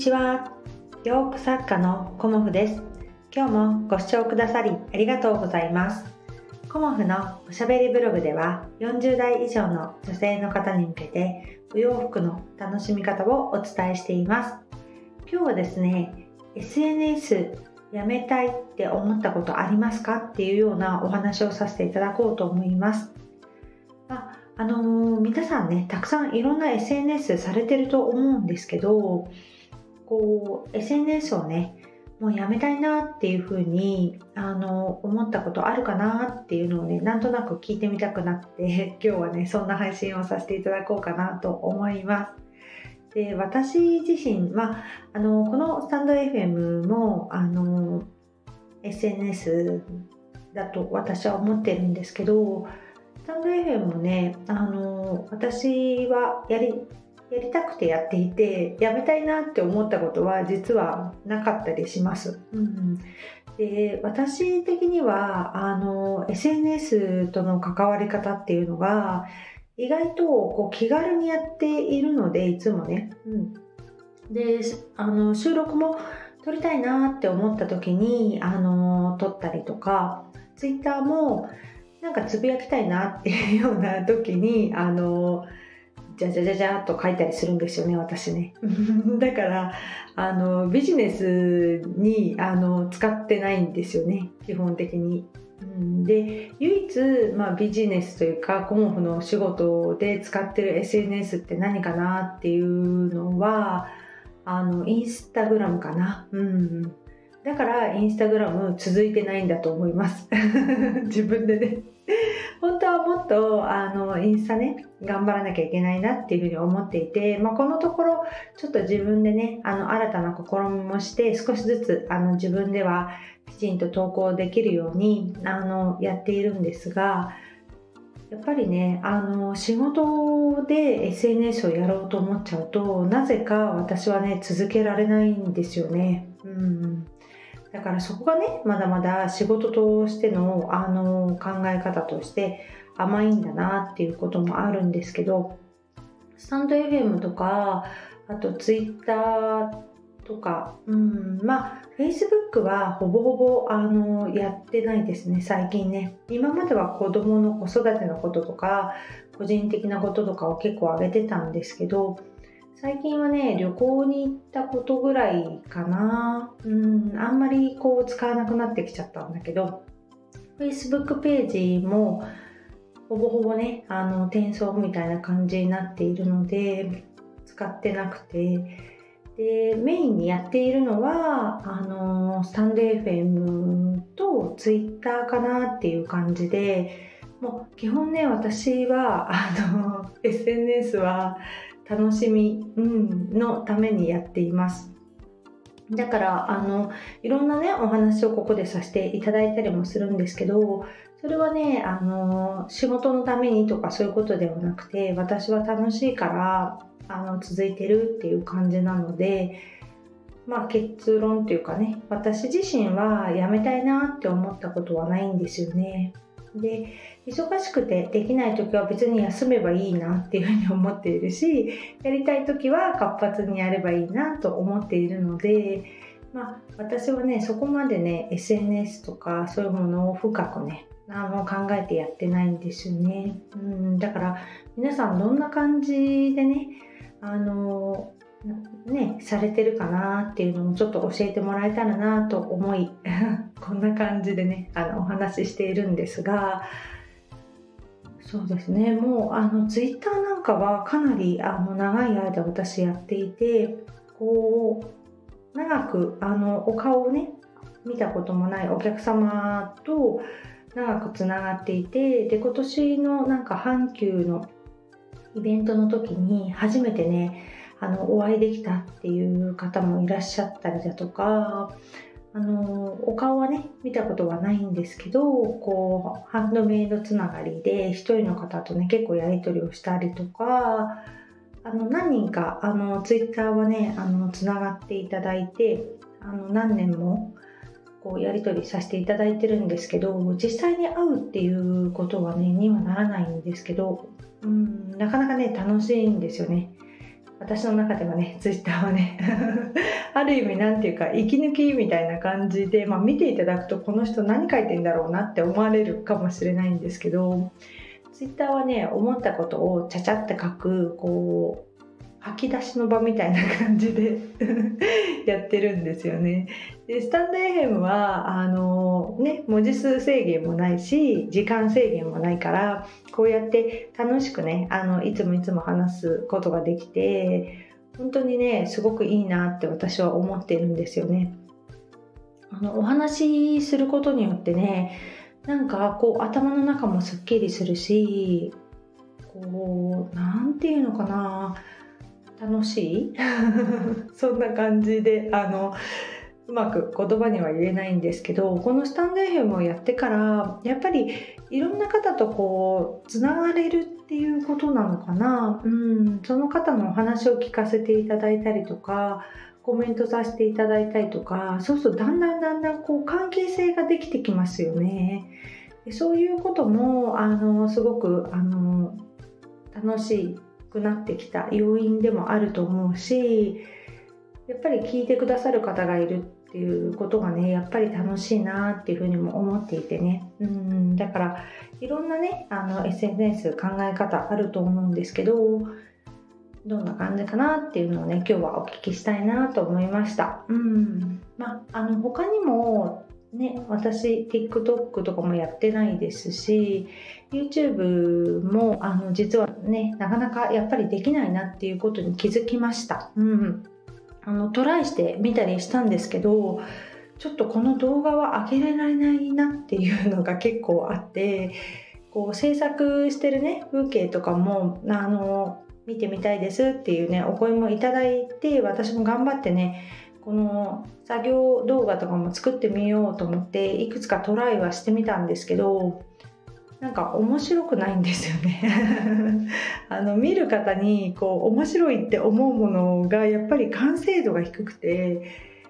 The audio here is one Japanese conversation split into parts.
ちは。洋服作家のコモフです。今日もご視聴くださりありがとうございます。コモフのおしゃべりブログでは40代以上の女性の方に向けてお洋服の楽しみ方をお伝えしています。今日はですね、SNS やめたいって思ったことありますかっていうようなお話をさせていただこうと思います。皆さんね、たくさんいろんな SNS されてると思うんですけど、SNS をね、もうやめたいなっていうふうに思ったことあるかなっていうのをね、なんとなく聞いてみたくなって今日はね、そんな配信をさせていただこうかなと思います。で、私自身はこのスタンド FM もSNS だと私は思ってるんですけど、スタンド FM もね、私はやりたくてやっていて、やめたいなって思ったことは実はなかったりします。で、私的にはSNS との関わり方っていうのが意外と気軽にやっているので、いつもね、で収録も撮りたいなって思った時に撮ったりとか、ツイッターもなんかつぶやきたいなっていうような時にじゃじゃじゃじゃっと書いたりするんですよね、私ね。だからビジネスに使ってないんですよね、基本的に。で、唯一、ビジネスというかコモフの仕事で使ってる SNS って何かなっていうのはインスタグラムかな。だからインスタグラム続いてないんだと思います自分でね。本当はもっとインスタね、頑張らなきゃいけないなっていうふうに思っていて、このところちょっと自分でね、新たな試みもして少しずつ自分ではきちんと投稿できるようにやっているんですが、やっぱりね、仕事で SNS をやろうと思っちゃうと、なぜか私はね、続けられないんですよね。だからそこがね、まだまだ仕事としての考え方として甘いんだなっていうこともあるんですけど、スタンド FM とか、あと Twitter とか、Facebook はほぼほぼやってないですね、最近ね。今までは子供の子育てのこととか、個人的なこととかを結構上げてたんですけど、最近はね、旅行に行ったことぐらいかな。あんまり使わなくなってきちゃったんだけど、Facebook ページもほぼほぼね、転送みたいな感じになっているので、使ってなくて、で、メインにやっているのは、スタンド FM と Twitter かなっていう感じで、もう基本ね、私はSNS は楽しみ、のためにやっています。だからいろんなねお話をここでさせていただいたりもするんですけど、それはね仕事のためにとかそういうことではなくて、私は楽しいから続いてるっていう感じなので、結論っていうかね、私自身はやめたいなって思ったことはないんですよね。で、忙しくてできない時は別に休めばいいなっていうふうに思っているし、やりたい時は活発にやればいいなと思っているので、私はね、そこまでね SNS とかそういうものを深くね考えてやってないんですよね。だから皆さんどんな感じでねされてるかなっていうのもちょっと教えてもらえたらなと思いこんな感じでねお話ししているんですが、そうですね、もうツイッターなんかはかなり長い間私やっていて、長くお顔をね見たこともないお客様と長くつながっていて、で今年の阪急のイベントの時に初めてねお会いできたっていう方もいらっしゃったりだとか、お顔はね見たことはないんですけど、ハンドメイドつながりで一人の方とね結構やり取りをしたりとか、何人かツイッターはねつながっていただいて何年もやり取りさせていただいてるんですけど、実際に会うっていうことはねにはならないんですけど、なかなかね楽しいんですよね。 私の中ではねツイッターはねある意味なんていうか息抜きみたいな感じで、見ていただくとこの人何書いてんだろうなって思われるかもしれないんですけど、ツイッターはね思ったことをちゃちゃって書く吐き出しの場みたいな感じでやってるんですよね。でスタンド FM は文字数制限もないし時間制限もないから、こうやって楽しくねいつも話すことができて、本当にねすごくいいなって私は思っているんですよね。お話しすることによってね、なんか頭の中もすっきりするし、なんていうのかな、楽しいそんな感じでうまく言葉には言えないんですけど、このスタンド FM をやってからやっぱりいろんな方とつながれるっていうことなのかな、その方のお話を聞かせていただいたりとかコメントさせていただいたりとか、そうするとだんだん関係性ができてきますよね。でそういうこともすごく楽しくなってきた要因でもあると思うし、やっぱり聞いてくださる方がいるっていうことがねやっぱり楽しいなっていうふうにも思っていてね、だからいろんなねSNS 考え方あると思うんですけど、どんな感じかなっていうのをね今日はお聞きしたいなと思いました。他にもね、私 TikTok とかもやってないですし YouTube も実はねなかなかやっぱりできないなっていうことに気づきました。トライしてみたりしたんですけど、ちょっとこの動画は上げられないなっていうのが結構あって、制作してるね風景とかも見てみたいですっていうねお声もいただいて、私も頑張ってねこの作業動画とかも作ってみようと思っていくつかトライはしてみたんですけど、なんか面白くないんですよね見る方に面白いって思うものがやっぱり完成度が低くて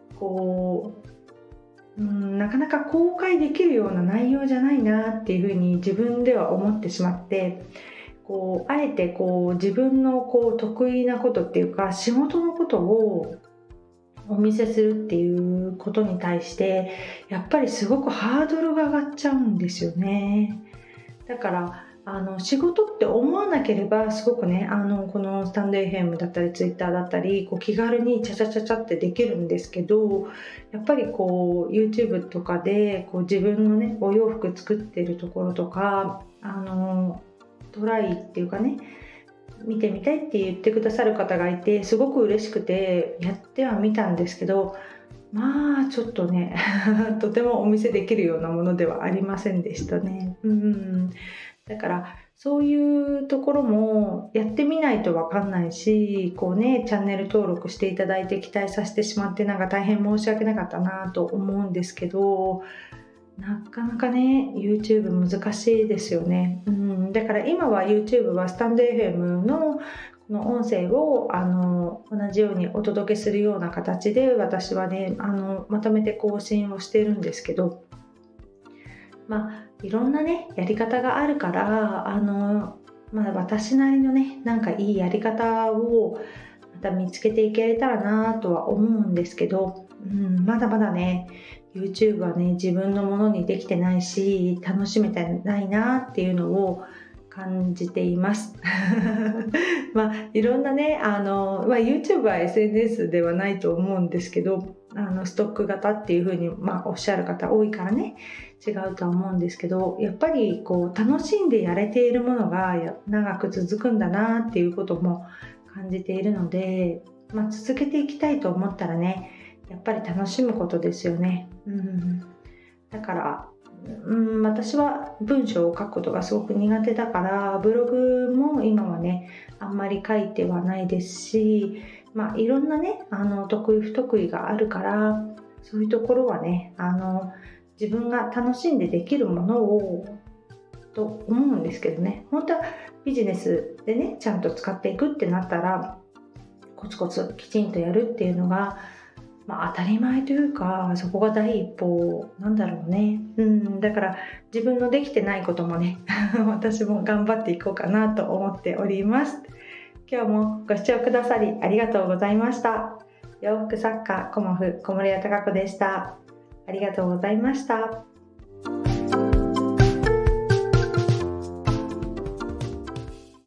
なかなか公開できるような内容じゃないなっていうふうに自分では思ってしまって、あえて自分の得意なことっていうか仕事のことをお見せするっていうことに対してやっぱりすごくハードルが上がっちゃうんですよね。だから仕事って思わなければすごくねこのスタンド FM だったり Twitter だったり気軽にチャチャチャチャってできるんですけど、やっぱりYouTube とかで自分のねお洋服作ってるところとかトライっていうかね見てみたいって言ってくださる方がいてすごく嬉しくてやってはみたんですけど、ちょっとねとてもお見せできるようなものではありませんでしたね。だからそういうところもやってみないと分かんないし、チャンネル登録していただいて期待させてしまって大変申し訳なかったなと思うんですけど、なかなかね YouTube 難しいですよね。だから今は YouTube はスタンド FM のこの音声を同じようにお届けするような形で私はねまとめて更新をしてるんですけど、いろんなねやり方があるから私なりのねいいやり方をまた見つけていけれたらなとは思うんですけど、まだまだね YouTube はね自分のものにできてないし楽しめてないなっていうのを感じていますいろんなねYouTube は SNS ではないと思うんですけどストック型っていう風におっしゃる方多いからね違うとは思うんですけど、やっぱり楽しんでやれているものが長く続くんだなっていうことも感じているので、続けていきたいと思ったらねやっぱり楽しむことですよね。だから私は文章を書くことがすごく苦手だからブログも今はねあんまり書いてはないですし、いろんなね得意不得意があるからそういうところはね自分が楽しんでできるものをと思うんですけどね、本当はビジネスでねちゃんと使っていくってなったらコツコツきちんとやるっていうのが当たり前というかそこが第一歩なんだろうね。だから自分のできてないこともね私も頑張っていこうかなと思っております。 今日もご視聴くださりありがとうございました。洋服作家コモフ小森屋隆子でした。ありがとうございました。